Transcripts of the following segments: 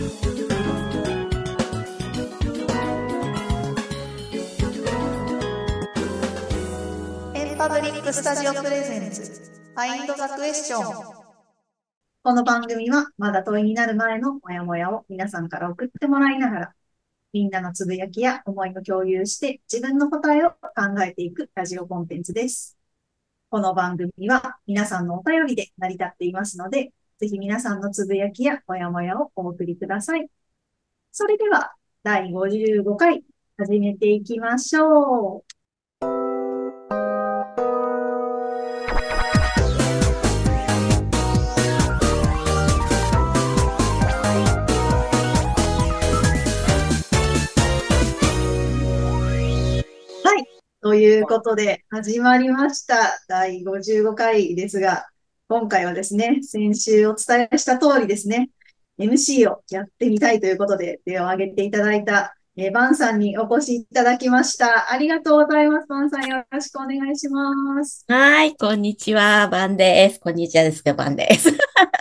エンパブリックスタジオプレゼンツファインドザクエスチョン。この番組はまだ問いになる前のモヤモヤを皆さんから送ってもらいながら、みんなのつぶやきや思いを共有して自分の答えを考えていくラジオコンテンツです。この番組は皆さんのお便りで成り立っていますので、ぜひ皆さんのつぶやきやモヤモヤをお送りください。それでは第55回始めていきましょう。ということで、始まりました。第55回ですが、今回はですね、先週お伝えした通りですね、MC をやってみたいということで、手を挙げていただいた、バンさんにお越しいただきました。ありがとうございます。バンさん、よろしくお願いします。 はい、こんにちは、バンです。こんにちはですが、バンです。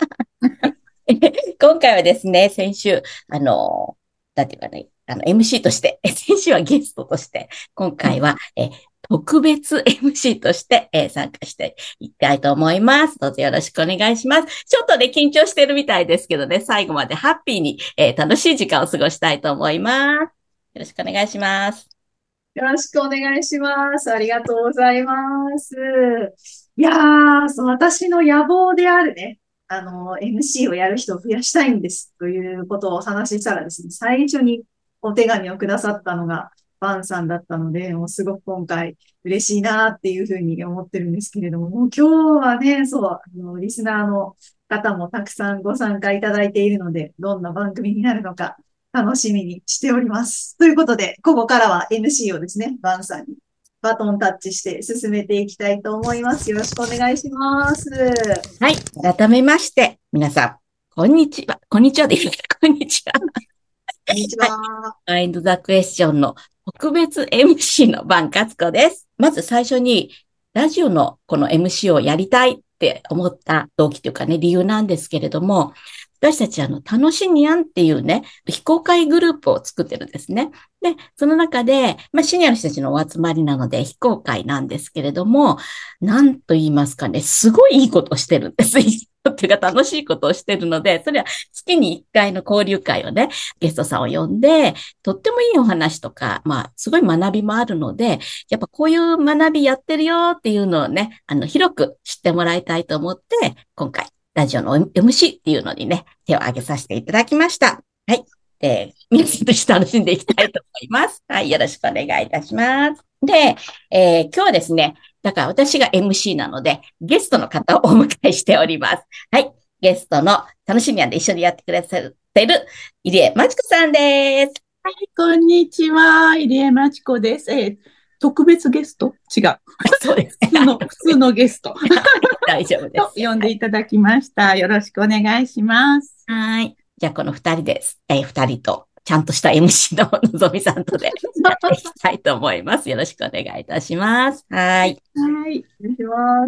今回はですね、先週、なんていうかね、MC として、先週はゲストとして、今回は、特別 MC として、参加していきたいと思います。どうぞよろしくお願いします。ちょっとね、緊張してるみたいですけどね、最後までハッピーに、楽しい時間を過ごしたいと思います。よろしくお願いします。 よろしくお願いします。ありがとうございます。いや私の野望であるね、MC をやる人を増やしたいんですということをお話ししたらですね、最初にお手紙をくださったのがバンさんだったので、もうすごく今回嬉しいなっていうふうに思ってるんですけれども、もう今日はね、そう、リスナーの方もたくさんご参加いただいているので、どんな番組になるのか楽しみにしております。ということで、ここからは MC をですね、バンさんにバトンタッチして進めていきたいと思います。よろしくお願いします。 はい。改めまして、皆さん、こんにちは。こんにちはでいいですか？こんにちは。 こんにちはい。 は。 マインドザクエスチョンの特別 MC のバンカツコです。まず最初に、ラジオのこの MC をやりたいって思った動機というかね、理由なんですけれども、私たち楽しにゃんっていうね、非公開グループを作ってるんですね。で、その中で、シニアの人たちのお集まりなので非公開なんですけれども、なんと言いますかね、すごいいいことをしてるんです。いいことっていうか楽しいことをしてるので、それは月に1回の交流会をね、ゲストさんを呼んで、とってもいいお話とか、すごい学びもあるので、やっぱこういう学びやってるよっていうのをね、広く知ってもらいたいと思って、今回、ラジオの MC っていうのにね、手を挙げさせていただきました。はい。皆さんとして楽しんでいきたいと思います。はい。よろしくお願いいたします。で、今日はですね、だから私が MC なので、ゲストの方をお迎えしております。はい。ゲストの楽しみなんで一緒にやってくださってる入江真知子さんです。 はい、こんにちは。入江真知子です。特別ゲスト違う。 そうですね。 普通のゲスト大丈夫です。 と呼んでいただきました。よろしくお願いします。 はい。じゃあ、この二人です。二人と、ちゃんとした MC ののぞみさんとでやっていきたいと思います。よろしくお願いいたします。はい。 はい。 お願いします。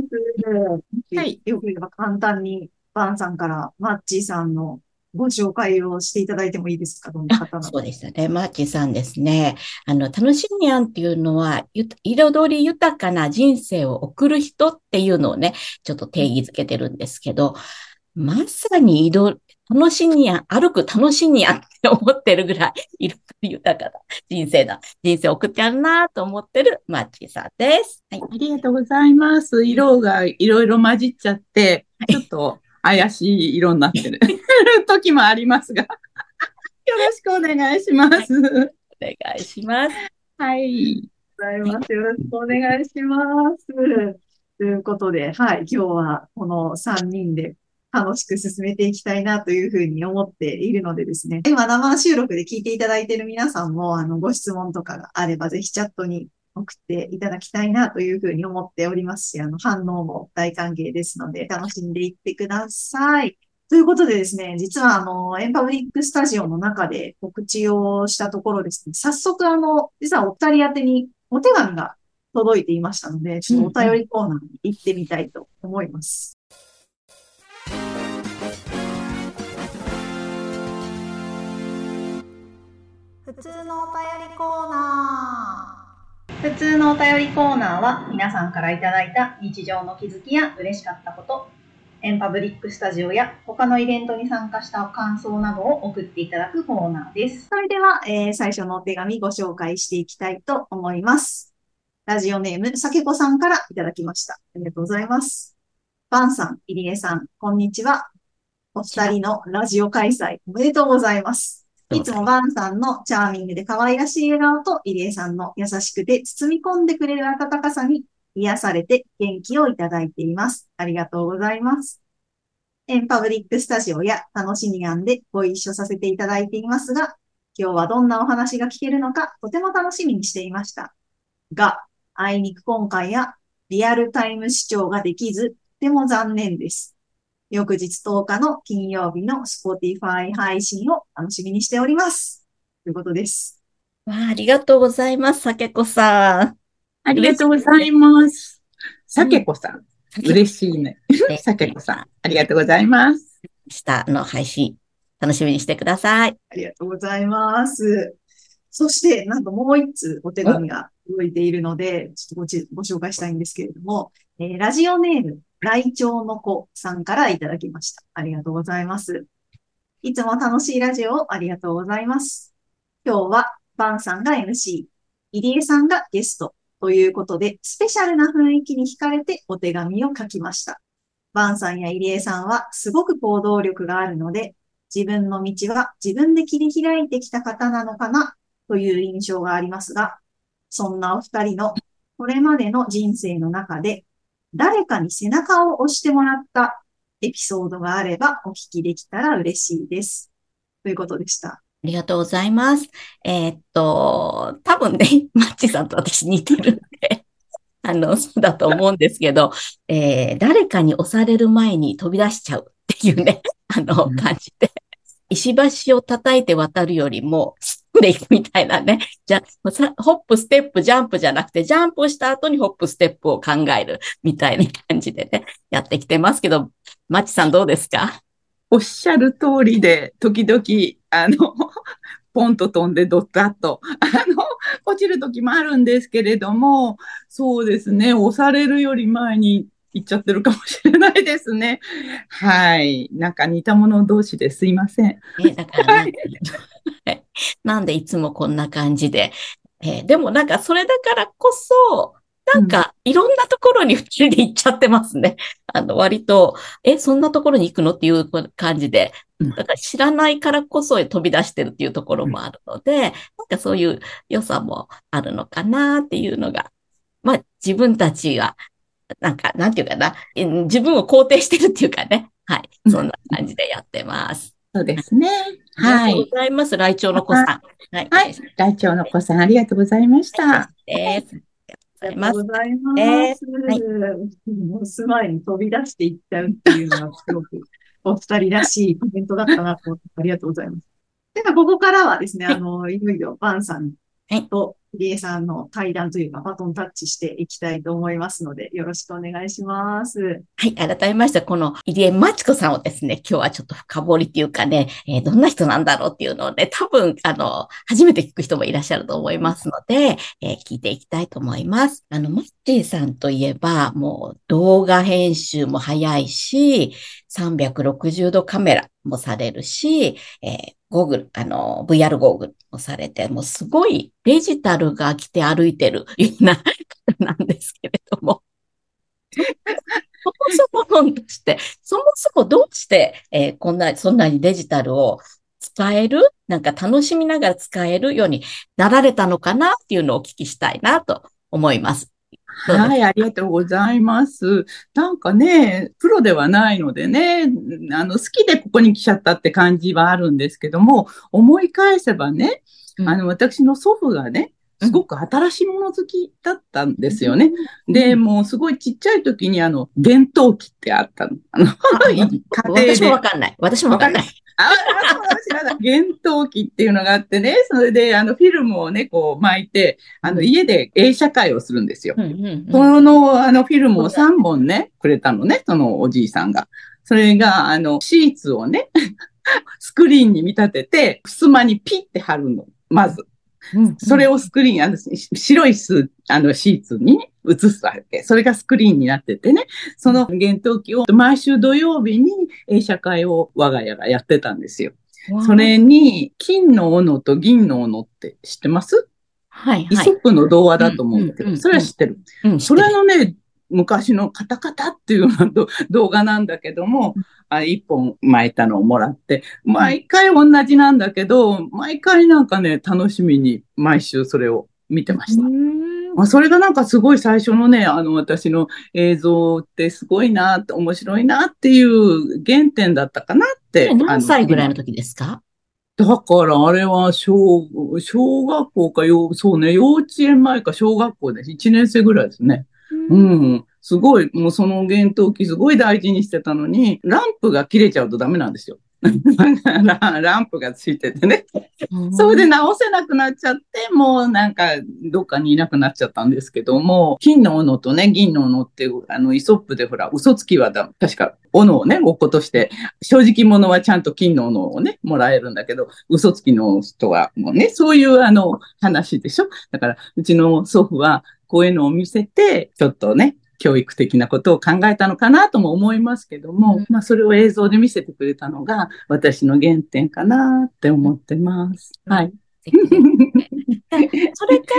はい。 よく言えば簡単にバンさんからマッチーさんのご紹介をしていただいてもいいですか？どんな方なのか。 そうですね。マーチさんですね。楽しみやんっていうのは、彩り豊かな人生を送る人っていうのをね、ちょっと定義づけてるんですけど、まさに楽しみやん、歩く楽しみやんって思ってるぐらい、彩り豊かな人生を送ってやるなと思ってるマーチさんです。はい。 ありがとうございます。色がいろいろ混じっちゃって、ちょっと怪しい色になってる時もありますが、よろしくお願いします。 お願いします。 はい。 ございます。よろしくお願いします。ということで、はい、今日はこの3人で楽しく進めていきたいなというふうに思っているのでですね、今生収録で聞いていただいている皆さんも、ご質問とかがあれば、ぜひチャットに送っていただきたいなというふうに思っておりますし、反応も大歓迎ですので、楽しんでいってください。ということでですね、実はエンパブリックスタジオの中で告知をしたところですね、早速実はお二人宛てにお手紙が届いていましたので、ちょっとお便りコーナーに行ってみたいと思います。 普通のお便りコーナー。普通のお便りコーナーは皆さんからいただいた日常の気づきや嬉しかったこと、エンパブリックスタジオや他のイベントに参加した感想などを送っていただくコーナーです。それでは、最初のお手紙ご紹介していきたいと思います。ラジオネーム、さけこさんからいただきました。ありがとうございます。バンさん、入江さん、こんにちは。お二人のラジオ開催おめでとうございます。いつもバンさんのチャーミングで可愛らしい笑顔と入江さんの優しくて包み込んでくれる温かさに癒されて元気をいただいています。ありがとうございます。エンパブリックスタジオや楽しみ案でご一緒させていただいていますが、今日はどんなお話が聞けるのかとても楽しみにしていました。が、あいにく今回やリアルタイム視聴ができず、とても残念です。翌日10日の金曜日の Spotify 配信を楽しみにしております。ということです。 ありがとうございます、さけこさん。 ありがとうございます。さけこさん。嬉しいね。さけこさん。ありがとうございます。 明日の配信、楽しみにしてください。 ありがとうございます。そして、なんともう一通お手紙が届いているので、ちょっとご紹介したいんですけれども、ラジオネーム、ライチョウの子さんからいただきました。ありがとうございます。いつも楽しいラジオをありがとうございます。今日はバンさんが MC、入江さんがゲストということで、スペシャルな雰囲気に惹かれてお手紙を書きました。バンさんや入江さんはすごく行動力があるので、自分の道は自分で切り開いてきた方なのかなという印象がありますが、そんなお二人のこれまでの人生の中で、誰かに背中を押してもらったエピソードがあればお聞きできたら嬉しいです。ということでした。 ありがとうございます。多分ね、マッチさんと私似てるんで、そうだと思うんですけど、誰かに押される前に飛び出しちゃうっていうね、感じで、石橋を叩いて渡るよりも、スプレーみたいなね。ホップ、ステップ、ジャンプじゃなくて、ジャンプした後にホップ、ステップを考えるみたいな感じでね、やってきてますけど、マッチさんどうですか？ おっしゃる通りで、時々、ポンと飛んでドッタッと、落ちる時もあるんですけれども、そうですね、押されるより前に行っちゃってるかもしれないですね。はい。なんか似た者同士ですいません。 だからなんでいつもこんな感じで。でもなんかそれだからこそ、なんかいろんなところに二人で行っちゃってますね。割と、そんなところに行くのっていう感じで、だから知らないからこそ飛び出してるっていうところもあるので、なんかそういう良さもあるのかなっていうのが、まあ自分たちが、なんか、なんていうかな、自分を肯定してるっていうかね。はい。そんな感じでやってます。 そうですね。 はい。ありがとうございます。ライチョウの子さん。はい。 はい。ライチョウの子さん、ありがとうございました。 です。 ありがとうございます。はい。押す前に飛び出していっちゃうっていうのはすごくお二人らしいコメントだったなと思って、ありがとうございます。では、ここからはですね、いよいよバンさんと入江さんの対談というか、バトンタッチしていきたいと思いますので、よろしくお願いします。 はい、改めまして、この入江真知子さんをですね、今日はちょっと深掘りっていうかね、どんな人なんだろうっていうのをね、多分、初めて聞く人もいらっしゃると思いますので、聞いていきたいと思います。マッチーさんといえば、もう動画編集も早いし、360度カメラもされるし、ゴーグル、VR ゴーグルもされて、もうすごいデジタルが来て歩いてるような方なんですけれども。そもそも論として、そもそもどうして、そんなにデジタルを使える、なんか楽しみながら使えるようになられたのかなっていうのをお聞きしたいなと思います。 はい、ありがとうございます。なんかね、プロではないのでね、好きでここに来ちゃったって感じはあるんですけども、思い返せばね、私の祖父がね、すごく新しいもの好きだったんですよね。で、もうすごいちっちゃい時に電灯機ってあったの。 家庭で。私もわかんない。私もわかんない。 知らない。電灯機っていうのがあってね、それでフィルムをね、こう巻いて、家で映写会をするんですよ。そのフィルムを3本ね、くれたのね、そのおじいさんが。それがシーツをね、スクリーンに見立てて、襖にピッて貼るの。 まず。 うんそれをスクリーン、白いシーツに映すわけ。それがスクリーンになっててね。その厳冬期を毎週土曜日に映写会を我が家がやってたんですよ。それに、金の斧と銀の斧って知ってます？ はいはい。 イソップの童話だと思うんだけど、それは知ってる。それのね、昔のカタカタっていうような動画なんだけども、一本巻いたのをもらって、毎回同じなんだけど、毎回なんかね、楽しみに毎週それを見てました。それがなんかすごい最初のね、私の映像ってすごいなって、面白いなっていう原点だったかなって。 何歳ぐらいの時ですか？ だからあれは小学校かそうね、幼稚園前か小学校です。1年生ぐらいですね。うん。すごい、もうその厳冬期すごい大事にしてたのに、ランプが切れちゃうとダメなんですよ。ランプがついててね。それで直せなくなっちゃって、もうなんかどっかにいなくなっちゃったんですけども、金の斧とね、銀の斧ってイソップでほら、嘘つきは確か斧をね、落っことして、正直者はちゃんと金の斧をね、もらえるんだけど、嘘つきの人はもうね、そういう話でしょ。だから、うちの祖父はこういうのを見せて、ちょっとね、教育的なことを考えたのかなとも思いますけども、まあそれを映像で見せてくれたのが私の原点かなって思ってます。はい。 それから、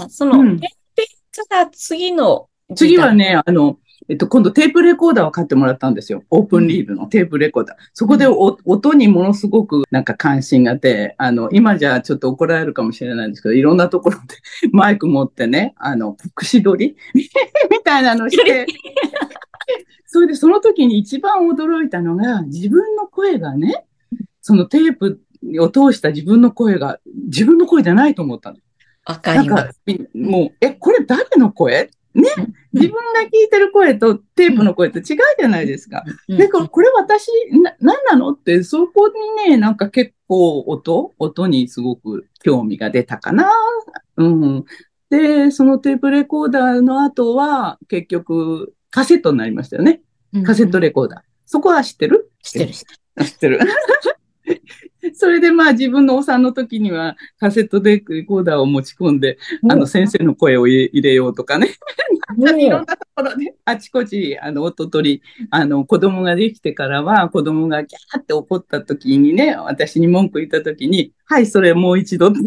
その、原点から次はね、今度テープレコーダーを買ってもらったんですよ。オープンリールのテープレコーダー。そこで音にものすごくなんか関心があって、今じゃちょっと怒られるかもしれないんですけど、いろんなところでマイク持ってね、串取りみたいなのして、それでその時に一番驚いたのが、自分の声がね、そのテープを通した自分の声が、自分の声じゃないと思ったの。 わかります。 なんか、もう、これ誰の声ね、自分が聞いてる声とテープの声って違うじゃないですか。で、これ私、何なのって、そこにね、なんか結構音にすごく興味が出たかな。うん。で、そのテープレコーダーの後は、結局、カセットになりましたよね。カセットレコーダー。そこは知ってる？ 知ってる。 知ってる。それでまあ自分のお産の時にはカセットレコーダーを持ち込んで、先生の声を入れようとかね。いろんなところで、あちこち、音取り、子供ができてからは、子供がギャーって怒った時にね、私に文句言った時に、はい、それもう一度って、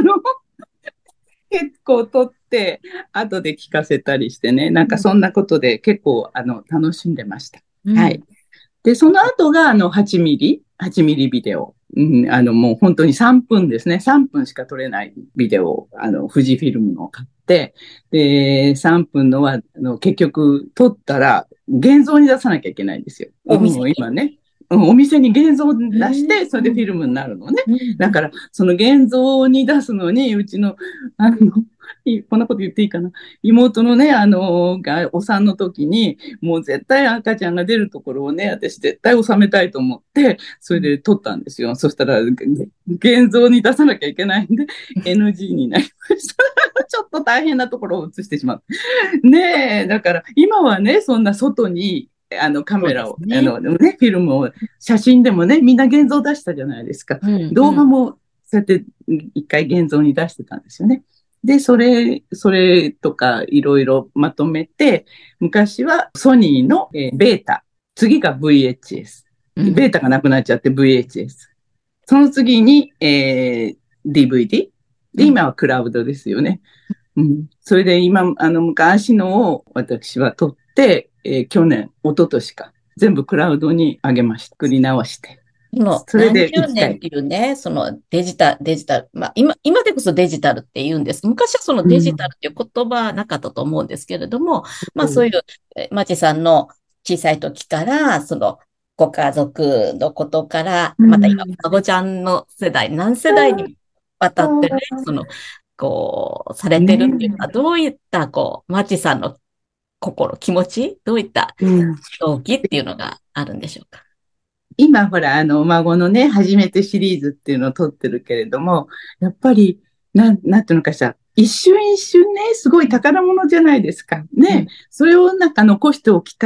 結構撮って、後で聞かせたりしてね、なんかそんなことで結構、楽しんでました。はい。で、その後が、8ミリビデオ。もう本当に3分ですね。3分しか撮れないビデオを、富士フィルムのを買って、で、3分のは、結局撮ったら、現像に出さなきゃいけないんですよ。今ね。お店に現像を出して、それでフィルムになるのね。だから、その現像に出すのに、うちの、こんなこと言っていいかな。妹のね、お産の時に、もう絶対赤ちゃんが出るところをね、私絶対収めたいと思って、それで撮ったんですよ。そしたら、現像に出さなきゃいけないんで、NG になりました。ちょっと大変なところを映してしまう。ねえ、だから、今はね、そんな外に、カメラを、フィルムを、写真でもね、みんな現像出したじゃないですか。動画も、そうやって一回現像に出してたんですよね。で、それとかいろいろまとめて、昔はソニーの、ベータ、次が VHS。ベータがなくなっちゃって VHS。その次に、DVD。で、今はクラウドですよね。それで今、昔のを私は撮って、去年、一昨年か、全部クラウドに上げました。作り直して。 それで何十年っていうね、そのデジタル、まあ今でこそデジタルって言うんです。昔はそのデジタルっていう言葉なかったと思うんですけれども、まあそういう、まちさんの小さい時から、そのご家族のことから、また今、孫ちゃんの世代、何世代にわたってね、されてるっていうのは、どういった、まちさんの気持ちどういった動機っていうのがあるんでしょうか？ 今、ほら、孫のね、初めてシリーズっていうのを撮ってるけれども、やっぱり、なんていうのかしら、一瞬一瞬ね、すごい宝物じゃないですか。ね。それをなんか残しておきたい。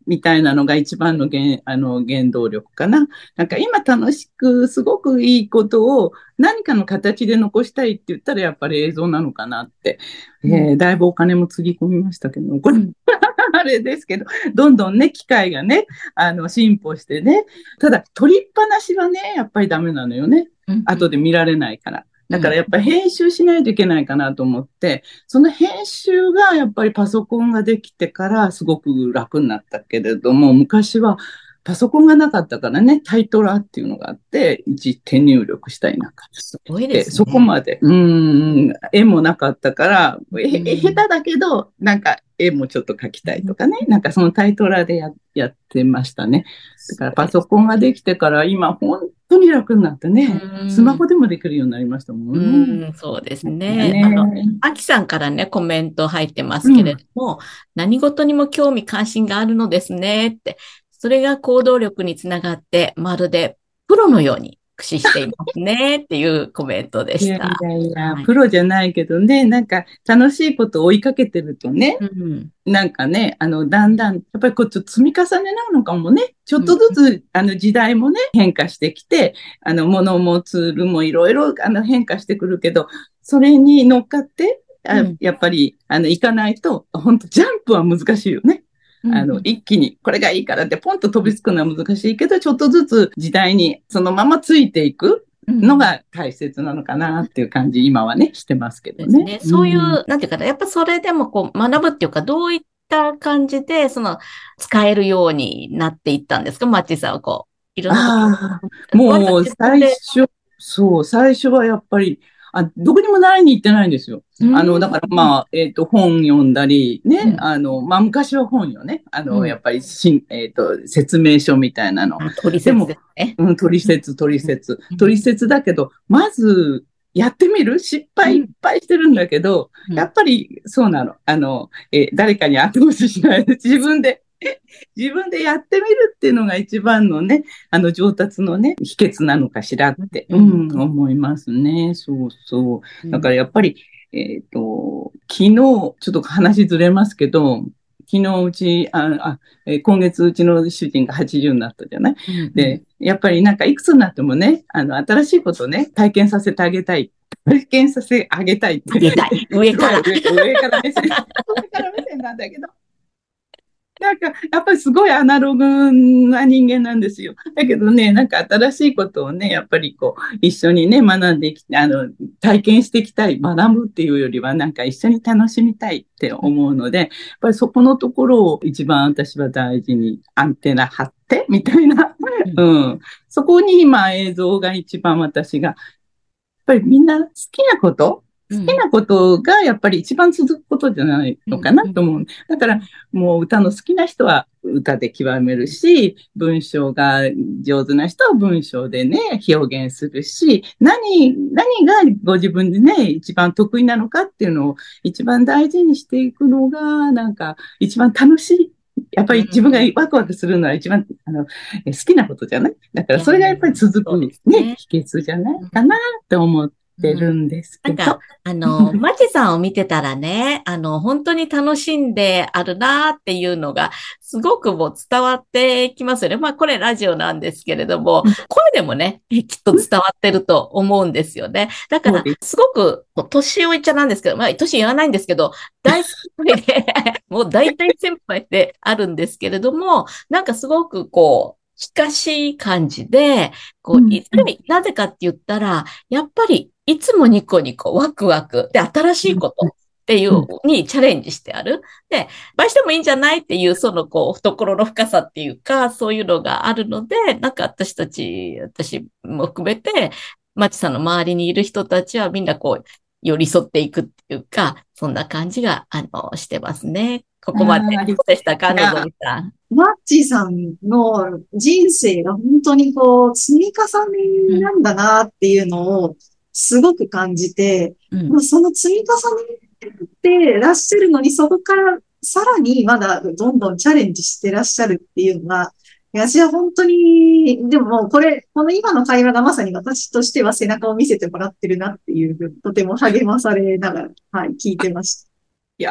みたいなのが一番の原動力かな。なんか今楽しく、すごくいいことを何かの形で残したいって言ったらやっぱり映像なのかなって。だいぶお金もつぎ込みましたけど、これ、あれですけど、どんどんね、機械がね、進歩してね。ただ、撮りっぱなしはね、やっぱりダメなのよね。後で見られないから。だからやっぱり編集しないといけないかなと思って、その編集がやっぱりパソコンができてからすごく楽になったけれども、昔はパソコンがなかったからね、タイトラーっていうのがあって、一手入力したりなんか。 すごいですね。 そこまで、絵もなかったから、下手だけど、なんか絵もちょっと描きたいとかね、なんかそのタイトラーでやってましたね。だからパソコンができてから今本当に楽になってね、スマホでもできるようになりましたもんね。 そうですね。アキさんからね、コメント入ってますけれども、何事にも興味関心があるのですねって、それが行動力につながって、まるでプロのように駆使していますねっていうコメントでした。 プロじゃないけどね、なんか楽しいことを追いかけてるとね、なんかね、だんだん、やっぱりこっち積み重ねなのかもね、ちょっとずつ、時代もね、変化してきて、物もツールもいろいろ、変化してくるけど、それに乗っかって、やっぱり、行かないと、本当ジャンプは難しいよね。一気にこれがいいからってポンと飛びつくのは難しいけど、ちょっとずつ時代にそのままついていくのが大切なのかなっていう感じ、今はね、してますけどね。 そういう、なんていうかな、やっぱそれでもこう学ぶっていうか、どういった感じで、使えるようになっていったんですか、マッチさんはこう、いろんなこと。 もう最初はやっぱり、どこにも習いに行ってないんですよ。だから本読んだり、ね、昔は本よね。やっぱり説明書みたいなの。 取説ですね。 取説だけど、まず、やってみる失敗いっぱいしてるんだけど、やっぱりそうなの。誰かに後押ししないで自分でやってみるっていうのが一番のね、上達のね、秘訣なのかしらって、思いますね。そうそう。だからやっぱり、昨日、ちょっと話ずれますけど、昨日うち、今月うちの主人が80になったじゃない、で、やっぱりなんかいくつになってもね、新しいことをね、体験させてあげたい。体験させてあげたいって。 上から。 上から目線。上から目線なんだけど。なんか、やっぱりすごいアナログな人間なんですよ。だけどね、なんか新しいことをね、やっぱりこう、一緒にね、学んで体験していきたい、学ぶっていうよりは、なんか一緒に楽しみたいって思うので、やっぱりそこのところを一番私は大事にアンテナ張って、みたいな。そこに今映像が一番私が、やっぱりみんな好きなことがやっぱり一番続くことじゃないのかなと思う。だからもう歌の好きな人は歌で極めるし、文章が上手な人は文章でね、表現するし、何がご自分でね、一番得意なのかっていうのを一番大事にしていくのが、なんか一番楽しい。やっぱり自分がワクワクするのは一番好きなことじゃない？だからそれがやっぱり続くね、秘訣じゃないかなって思ってるんですけど。 なんか、マチさんを見てたらね、本当に楽しんであるなっていうのが、すごくもう伝わってきますよね。まあ、これラジオなんですけれども、声でもね、きっと伝わってると思うんですよね。だから、すごく、年をいっちゃなんですけど、まあ、年言わないんですけど、大好きで、もう大体先輩であるんですけれども、なんかすごくこう、近しい感じで、こう、なぜかって言ったら、やっぱり、いつもニコニコ、ワクワク、で、新しいことっていうにチャレンジしてある。で、倍してもいいんじゃないっていう、こう、懐の深さっていうか、そういうのがあるので、なんか私も含めて、マチさんの周りにいる人たちはみんなこう、寄り添っていくっていうか、そんな感じが、してますね。ここまで。どうでしたか、のぞみさん。 マッチーさんの人生が本当にこう、積み重ねなんだなっていうのをすごく感じて、その積み重ねてらっしゃるのに、そこからさらにまだどんどんチャレンジしてらっしゃるっていうのが、私は本当に、でももうこの今の会話がまさに私としては背中を見せてもらってるなっていう、とても励まされながら、はい、聞いてました。 いや、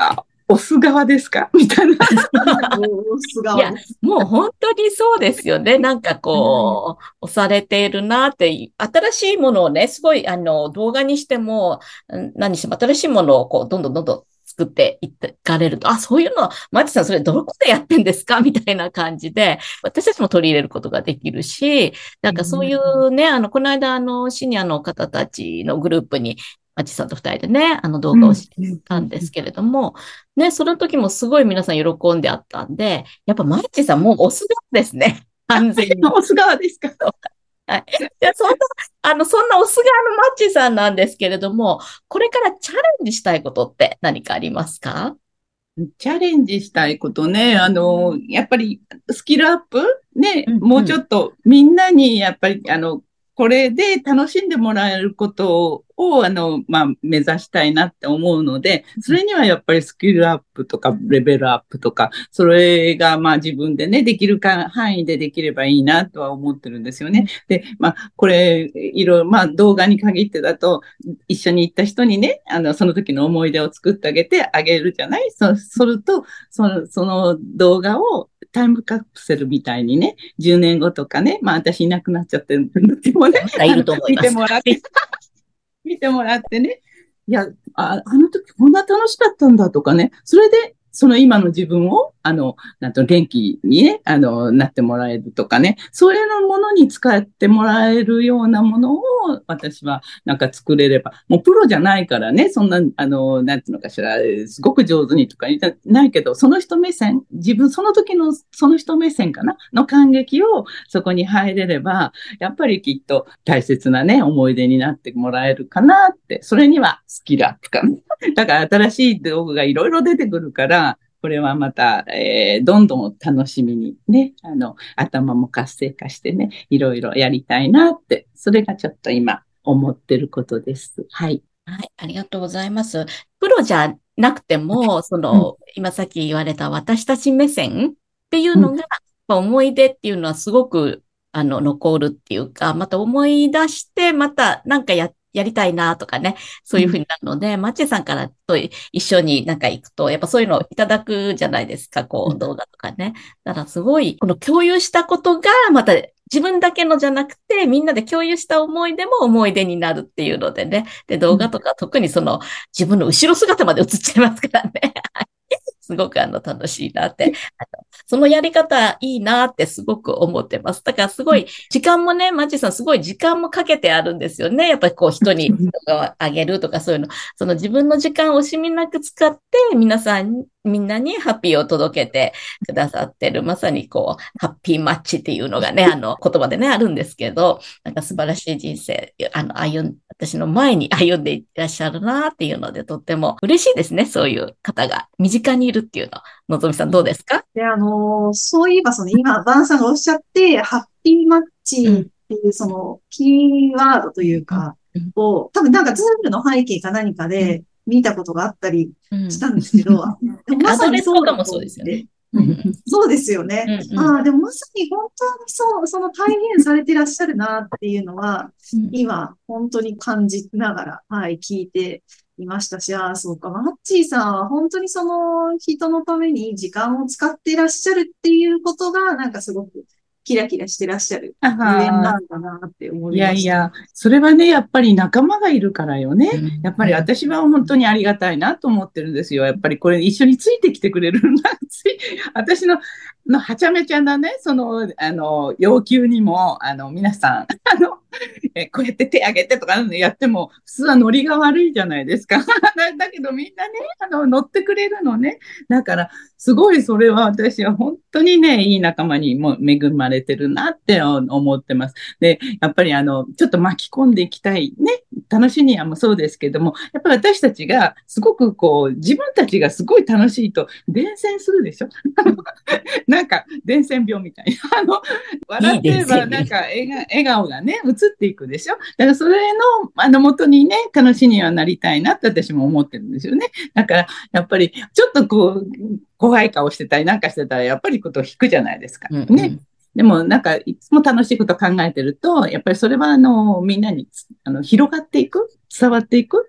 押す側ですかみたいな。 素顔いや、もう本当にそうですよね。なんかこう、押されているなっていう、新しいものをね、すごい、動画にしても、何しても新しいものをこう、どんどんどんどん作っていかれると、あ、そういうの、マッチさんそれどこでやってんですかみたいな感じで、私たちも取り入れることができるし、なんかそういうね、この間、シニアの方たちのグループに、マッチさんと二人でね、動画をしたんですけれども、ね、その時もすごい皆さん喜んであったんで、やっぱマッチさんもうオスですね。完全に。 押す側ですか？ はい。じゃあ、そんなオス側のマッチさんなんですけれども、これからチャレンジしたいことって何かありますか？ チャレンジしたいことね、やっぱりスキルアップね、もうちょっとみんなにやっぱり、これで楽しんでもらえることを、目指したいなって思うので、それにはやっぱりスキルアップとか、レベルアップとか、それが自分でね、できる範囲でできればいいなとは思ってるんですよね。で、これ、いろいろ、動画に限ってだと、一緒に行った人にね、その時の思い出を作ってあげるじゃない。それと、その動画をタイムカプセルみたいにね、10年後とかね、私いなくなっちゃってる時もね、 いると思います。 見てもらってね、いや、あの時こんな楽しかったんだとかね、それで、その今の自分を、なんと元気にね、なってもらえるとかね、そういうものに使ってもらえるようなものを、私はなんか作れれば、もうプロじゃないからね、そんな、なんていうのかしら、すごく上手にとか言ってないけど、その人目線、その時のその人目線かなの感激をそこに入れれば、やっぱりきっと大切なね、思い出になってもらえるかなって、それにはスキルアップかな。だから新しい道具がいろいろ出てくるから、これはまた、どんどん楽しみにね、頭も活性化してね、いろいろやりたいなって、それがちょっと今思ってることです。はい。 はい、ありがとうございます。プロじゃなくても、今さっき言われた私たち目線っていうのが、思い出っていうのはすごく、残るっていうか、また思い出して、またなんかやりたいなとかね、そういうふうになるので、マッチさんからと一緒になんか行くと、やっぱそういうのをいただくじゃないですか、こう動画とかね。だからすごい、この共有したことが、また自分だけのじゃなくて、みんなで共有した思い出も思い出になるっていうのでね。で、動画とか特に自分の後ろ姿まで映っちゃいますからね。すごく楽しいなって。そのやり方いいなってすごく思ってます。だからすごい、時間もね、マッチさんすごい時間もかけてあるんですよね。やっぱりこう人に動画をあげるとかそういうの。その自分の時間を惜しみなく使ってみんなにハッピーを届けてくださってる。まさにこう、ハッピーマッチっていうのがね、言葉でね、あるんですけど、なんか素晴らしい人生、私の前に歩んでいらっしゃるなっていうので、とっても嬉しいですね。そういう方が身近にいるっていうの。のぞみさんどうですか？ で、そういえば今、バンさんがおっしゃって、ハッピーマッチっうん。 ていうキーワードといううん。 か、多分なんかズームの背景か何かで見たことがあったりうん。 したんですけど、でもまアドさにレスとかもそうだとそうですよね。 思って、 うん。 そうですよね。でもまさに本当に体現されてらっしゃるなっていうのは、 うん。 今、本当に感じながら、はい、聞いていましたし、そうか、マッチーさんは本当に人のために時間を使っていらっしゃるっていうことが、なんかすごくキラキラしてらっしゃるあゆえんはなんだなって思いいました。 やいや、それはね、やっぱり仲間がいるからよね。 うん。 やっぱり私は本当にありがたいなと思ってるんですよ。やっぱりこれ一緒についてきてくれるな。私のはちゃめちゃなね、要求にも、皆さん、こうやって手挙げてとかやっても、普通はノリが悪いじゃないですか。だけどみんなね、乗ってくれるのね。だから、すごいそれは私は本当にね、いい仲間にも恵まれてるなって思ってます。で、やっぱりちょっと巻き込んでいきたいね。楽しみはもそうですけども、やっぱり私たちがすごくこう、自分たちがすごい楽しいと伝染するでしょ。なんか伝染病みたいな。笑いいってればですよね。 なんか笑顔がね、映っていくでしょ。だからそれの、元にね、楽しみはなりたいなって私も思ってるんですよね。だから、やっぱり、ちょっとこう、怖い顔してたりなんかしてたら、やっぱりことを引くじゃないですか。ね。 うん。 でもなんか、いつも楽しいこと考えてると、やっぱりそれはみんなに、広がっていく、伝わっていく。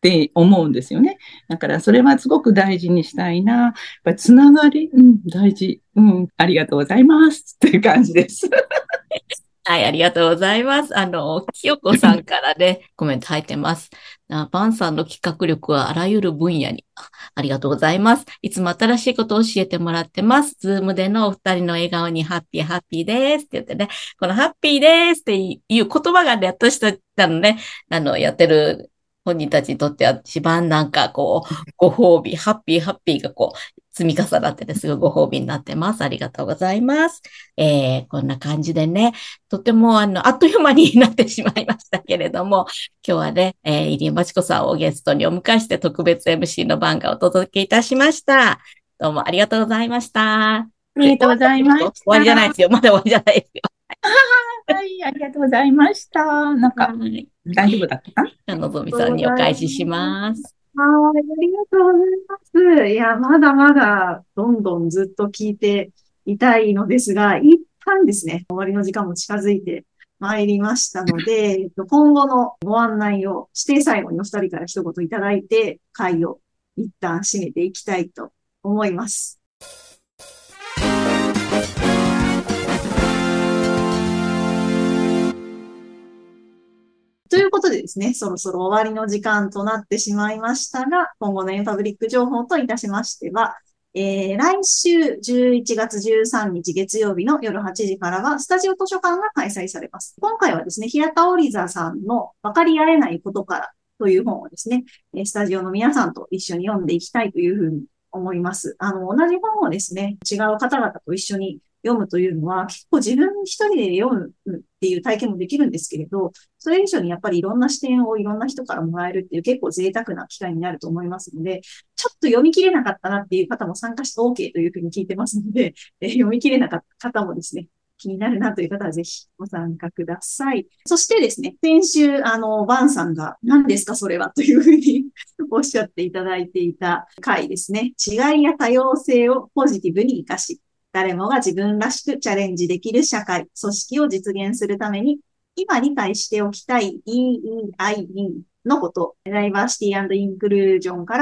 って思うんですよね。だからそれはすごく大事にしたいな。やっぱりつながり、大事。ありがとうございますっていう感じです。 はい、ありがとうございます。清子さんからね、コメント入ってます。バンさんの企画力はあらゆる分野に。ありがとうございます。いつも新しいことを教えてもらってます。ズームでのお二人の笑顔にハッピーハッピーですって言ってね、このハッピーですっていう言葉がね、私たちね、やってる本人たちにとっては一番なんかこう、ご褒美、ハッピーハッピーがこう、積み重なっててすごいご褒美になってます。ありがとうございます。こんな感じでね、とてもあっという間になってしまいましたけれども、今日はね、入江真知子さんをゲストにお迎えして特別 MC の番がお届けいたしました。どうもありがとうございました。 ありがとうございました。 終わりじゃないですよ。まだ終わりじゃないですよ。 はい、ありがとうございました。なんか、 はい。 大丈夫だったかな？ のぞみさんにお返しします。 はい、ありがとうございます。いや、まだまだ、どんどんずっと聞いていたいのですが、一旦ですね、終わりの時間も近づいてまいりましたので、今後のご案内をして最後にお二人から一言いただいて、会を一旦締めていきたいと思います。ということでですね、そろそろ終わりの時間となってしまいましたが、今後のエンパブリック情報といたしましては、来週11月13日月曜日の夜8時からは、スタジオ図書館が開催されます。今回はですね、平田織座さんの分かり合えないことからという本をですね、スタジオの皆さんと一緒に読んでいきたいというふうに思います。同じ本をですね、違う方々と一緒に読むというのは、結構自分一人で読むっていう体験もできるんですけれど、それ以上にやっぱりいろんな視点をいろんな人からもらえるっていう結構贅沢な機会になると思いますので、ちょっと読み切れなかったなっていう方も参加して OK というふうに聞いてますので、読み切れなかった方もですね、気になるなという方はぜひご参加ください。そしてですね、先週、バンさんが何ですかそれはというふうにおっしゃっていただいていた回ですね。違いや多様性をポジティブに活かし、誰もが自分らしくチャレンジできる社会、組織を実現するために、今理解しておきたい DEIB のこと、ダイバーシティ&インクルージョンから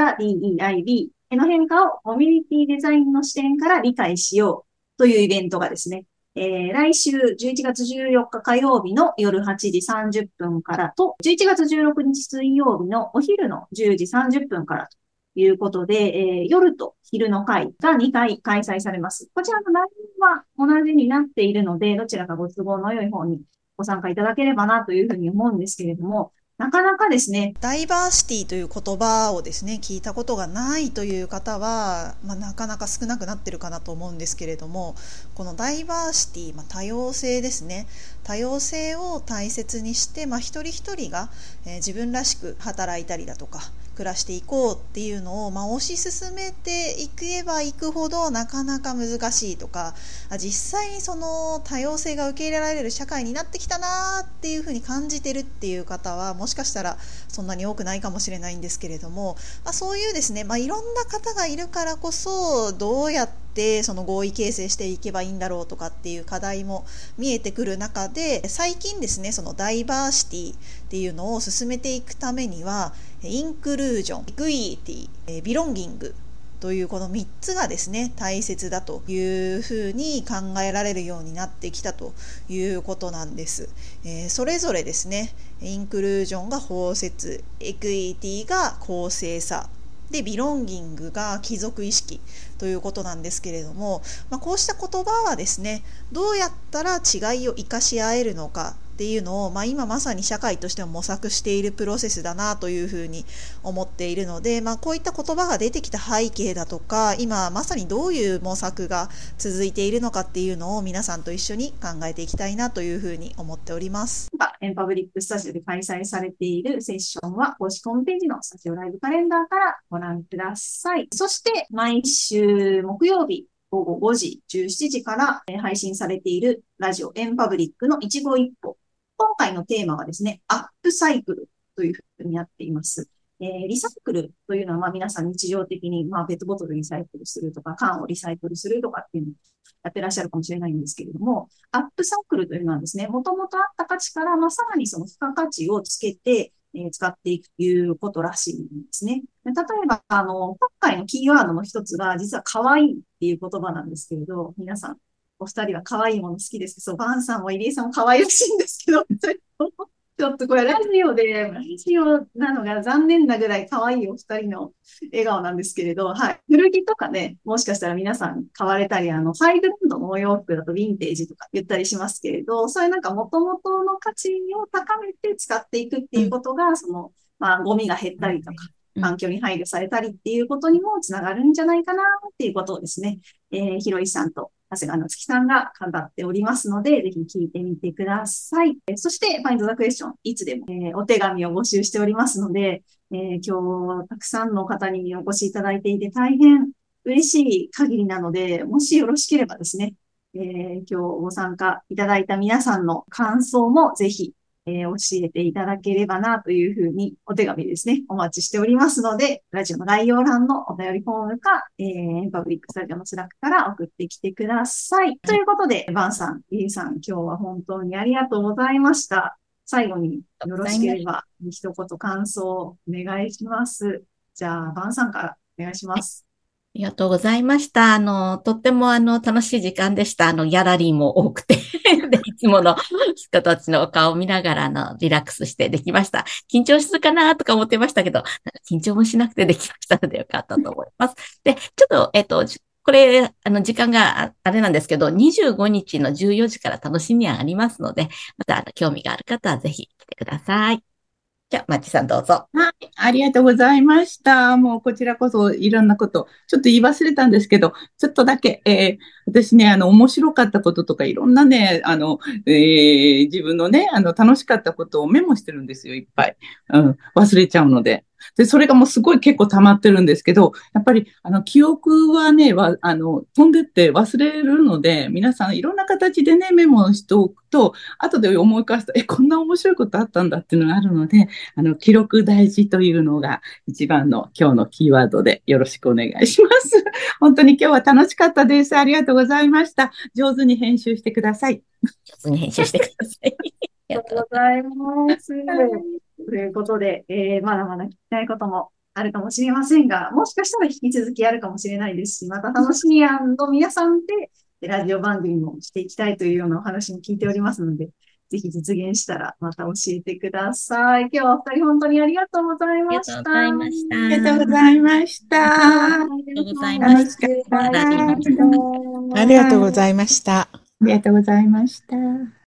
DEIB への変化をコミュニティデザインの視点から理解しようというイベントがですね、来週11月14日火曜日の夜8時30分からと、11月16日水曜日のお昼の10時30分からということで、夜と昼の会が2回開催されます。こちらの内容は同じになっているので、どちらかご都合の良い方にご参加いただければなというふうに思うんですけれども、なかなかですね、 ダイバーシティという言葉をですね、聞いたことがないという方は、なかなか少なくなってるかなと思うんですけれども、このダイバーシティ、多様性ですね。多様性を大切にして、一人一人が、自分らしく働いたりだとか、暮らしていこうっていうのを、推し進めていけばいくほどなかなか難しいとか、実際にその多様性が受け入れられる社会になってきたなっていうふうに感じてるっていう方はもしかしたらそんなに多くないかもしれないんですけれども、そういうですね、いろんな方がいるからこそどうやってその合意形成していけばいいんだろうとかっていう課題も見えてくる中で、最近ですね、そのダイバーシティっていうのを進めていくためには、インクルージョン、イクイティ、ビロンギングというこの3つがですね、大切だというふうに考えられるようになってきたということなんです。それぞれですね、インクルージョンが包摂、エクイティが公正さで、ビロンギングが帰属意識ということなんですけれども、こうした言葉はですね、どうやったら違いを生かし合えるのかっていうのを、今まさに社会としても模索しているプロセスだなというふうに思っているので、こういった言葉が出てきた背景だとか、今まさにどういう模索が続いているのかっていうのを皆さんと一緒に考えていきたいなというふうに思っております。 エンパブリックスタジオで開催されているセッションは公式ホームページのスタジオライブカレンダーからご覧ください。そして毎週木曜日午後5時、17時から配信されているラジオエンパブリックの一期一歩。今回のテーマはですね、アップサイクルというふうになっています。リサイクルというのは、皆さん日常的に、ペットボトルリサイクルするとか、缶をリサイクルするとかっていうのをやってらっしゃるかもしれないんですけれども、アップサイクルというのはですね、もともとあった価値から、さらにその付加価値をつけて、 使っていくということらしいんですね。で例えば、今回のキーワードの一つが、実は可愛いっていう言葉なんですけれど、皆さん、お二人は可愛いもの好きですか？そう、バンさんも入江さんも可愛らしいんですけど、ちょっとこれラジオなのが残念なぐらい可愛いお二人の笑顔なんですけれど、はい。古着とかね、もしかしたら皆さん買われたり、ハイブランドのお洋服だとヴィンテージとか言ったりしますけれど、そういうなんか元々の価値を高めて使っていくっていうことが、ゴミが減ったりとか、環境に配慮されたりっていうことにもつながるんじゃないかなっていうことをですね、ひろいさんと長谷川夏樹さんが語っておりますので、ぜひ聞いてみてください。そして、Find the Question、いつでも、お手紙を募集しておりますので、今日たくさんの方にお越しいただいていて大変嬉しい限りなので、もしよろしければですね、今日ご参加いただいた皆さんの感想もぜひ、教えていただければなというふうにお手紙ですね、お待ちしておりますので、ラジオの概要欄のお便りフォームか、パブリックスタジオのスラックから送ってきてください。ということで、バンさん、リーさん、今日は本当にありがとうございました。最後によろしければ一言感想をお願いします。じゃあ、バンさんからお願いします。 ありがとうございました。とっても楽しい時間でした。ギャラリーも多くてで、いつもの人たちのお顔を見ながら、リラックスしてできました。緊張するかなとか思ってましたけど、緊張もしなくてできましたのでよかったと思います。で、ちょっと、これ、時間があれなんですけど、25日の14時から楽しみはありますので、また、興味がある方はぜひ来てください。じゃあ、マッチさんどうぞ。 はい、ありがとうございました。もうこちらこそいろんなこと、ちょっと言い忘れたんですけど、ちょっとだけ、私ね、面白かったこととかいろんなね、自分のね、楽しかったことをメモしてるんですよ、いっぱい。忘れちゃうので。で、それがもうすごい結構溜まってるんですけど、やっぱり、記憶はね、飛んでって忘れるので、皆さんいろんな形でね、メモしておくと、後で思い返すと、こんな面白いことあったんだっていうのがあるので、記録大事というのが一番の今日のキーワードでよろしくお願いします。本当に今日は楽しかったです。ありがとうございました。上手に編集してください。 上手に編集してください。 ありがとうございます。ということで、まだまだ聞きたいこともあるかもしれませんが、もしかしたら引き続きあるかもしれないですし、また楽しみ皆さんでラジオ番組もしていきたいというようなお話も聞いておりますので、ぜひ実現したらまた教えてください。今日はお二人本当にありがとうございました。 ありがとうございました。 ありがとうございました。 ありがとうございました。 ありがとうございました。 ありがとうございました。